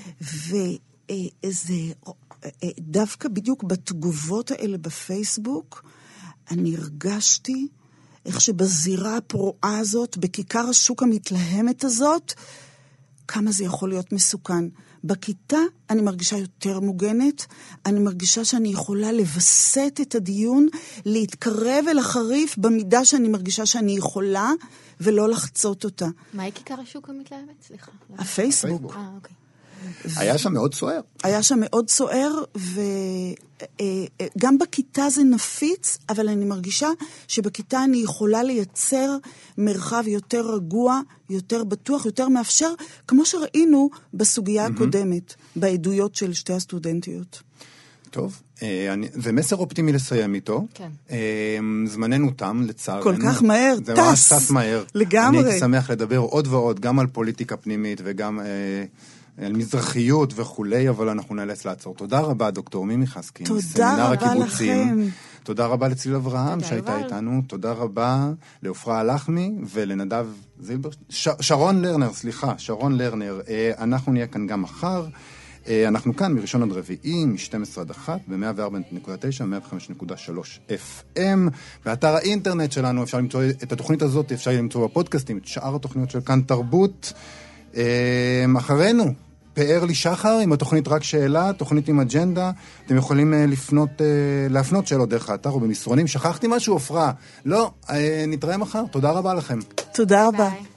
דווקא בדיוק בתגובות האלה בפייסבוק, אני הרגשתי איך שבזירה הפרועה הזאת, בכיכר השוק המתלהמת הזאת, כמה זה יכול להיות מסוכן. בכיתה אני מרגישה יותר מוגנת, אני מרגישה שאני יכולה לבסט את הדיון, להתקרב אל החריף במידה שאני מרגישה שאני יכולה, ולא לחצות אותה. מהי כיכר השוק המתלהמת? סליחה. הפייסבוק. אוקיי. היה שם מאוד סוער. היה שם מאוד סוער, וגם בכיתה זה נפיץ, אבל אני מרגישה שבכיתה אני יכולה לייצר מרחב יותר רגוע, יותר בטוח, יותר מאפשר, כמו שראינו בסוגיה הקודמת, בעדויות של שתי הסטודנטיות. טוב, זה מסר אופטימי לסיים איתו. כן. זמננו תם, לצערנו. כל כך מהר, זה ממש טס מהר. לגמרי. אני הייתי שמח לדבר עוד ועוד, גם על פוליטיקה פנימית וגם על מזרחיות וכולי, אבל אנחנו נאלץ לעצור. תודה רבה, דוקטור מימי חסקין. תודה רבה לכם. תודה רבה לצליל אברהם שהייתה איתנו. תודה רבה לעופרה הלחמי ולנדב זילבר. שרון לרנר. אנחנו נהיה כאן גם מחר. אנחנו כאן מראשון עד רביעי, מ-12 עד 1, ב-104.9, 105.3 FM. באתר האינטרנט שלנו אפשר למצוא את התוכנית הזאת, אפשר למצוא בפודקאסטים, את שאר התוכניות של כאן תרבות. אחרינו, פאר לי שחר, עם התוכנית רק שאלה, תוכנית עם אג'נדה. אתם יכולים להפנות שאלות דרך האתר או במסרונים. שכחתי משהו, עופרה? לא, נתראה מחר. תודה רבה לכם. תודה רבה.